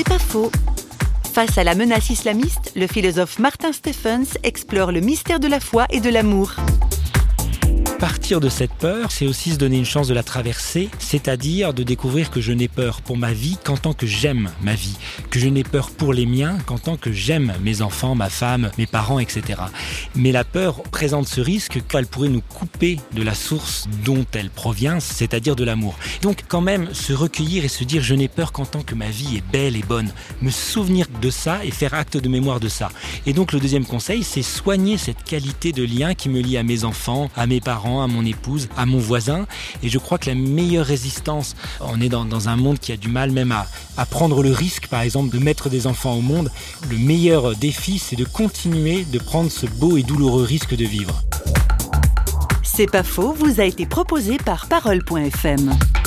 C'est pas faux. Face à la menace islamiste, le philosophe Martin Stephens explore le mystère de la foi et de l'amour. Partir de cette peur, c'est aussi se donner une chance de la traverser, c'est-à-dire de découvrir que je n'ai peur pour ma vie qu'en tant que j'aime ma vie, que je n'ai peur pour les miens qu'en tant que j'aime mes enfants, ma femme, mes parents, etc. Mais la peur présente ce risque qu'elle pourrait nous couper de la source dont elle provient, c'est-à-dire de l'amour. Donc quand même, se recueillir et se dire je n'ai peur qu'en tant que ma vie est belle et bonne, me souvenir de ça et faire acte de mémoire de ça. Et donc le deuxième conseil, c'est soigner cette qualité de lien qui me lie à mes enfants, à mes parents, à mon épouse, à mon voisin. Et je crois que la meilleure résistance, on est dans un monde qui a du mal même à prendre le risque, par exemple, de mettre des enfants au monde. Le meilleur défi, c'est de continuer de prendre ce beau et douloureux risque de vivre. C'est pas faux, vous a été proposé par Parole.fm.